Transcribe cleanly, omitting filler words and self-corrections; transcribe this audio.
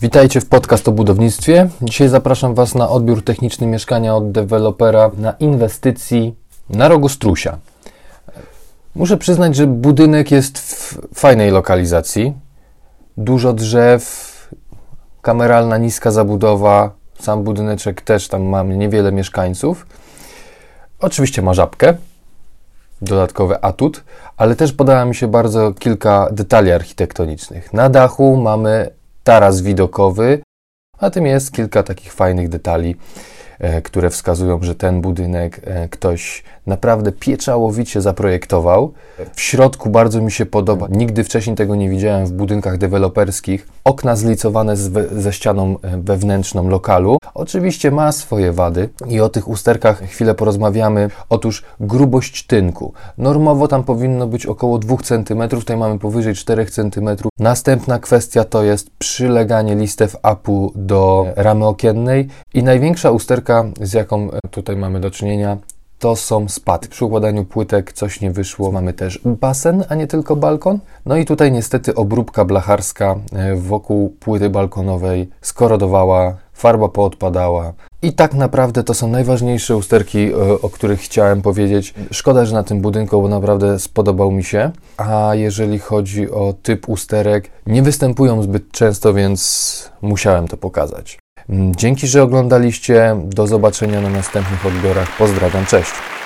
Witajcie w podcast o budownictwie. Dzisiaj zapraszam Was na odbiór techniczny mieszkania od dewelopera na inwestycji na rogu Strusia. Muszę przyznać, że budynek jest w fajnej lokalizacji. Dużo drzew, kameralna, niska zabudowa, sam budyneczek też tam ma niewiele mieszkańców. Oczywiście ma żabkę, dodatkowy atut, ale też podoba mi się bardzo kilka detali architektonicznych. Na dachu mamy taras widokowy, a tym jest kilka takich fajnych detali, które wskazują, że ten budynek ktoś naprawdę pieczołowicie zaprojektował. W środku bardzo mi się podoba. Nigdy wcześniej tego nie widziałem w budynkach deweloperskich. Okna zlicowane ze ścianą wewnętrzną lokalu. Oczywiście ma swoje wady i o tych usterkach chwilę porozmawiamy. Otóż grubość tynku. Normowo tam powinno być około 2 cm, tutaj mamy powyżej 4 cm. Następna kwestia to jest przyleganie listew APU do ramy okiennej i największa usterka, z jaką tutaj mamy do czynienia, to są spadki. Przy układaniu płytek coś nie wyszło. Mamy też basen, a nie tylko balkon. No i tutaj niestety obróbka blacharska wokół płyty balkonowej skorodowała, farba poodpadała. I tak naprawdę to są najważniejsze usterki, o których chciałem powiedzieć. Szkoda, że na tym budynku, bo naprawdę spodobał mi się. A jeżeli chodzi o typ usterek, nie występują zbyt często, więc musiałem to pokazać. Dzięki, że oglądaliście. Do zobaczenia na następnych odbiorach. Pozdrawiam, cześć!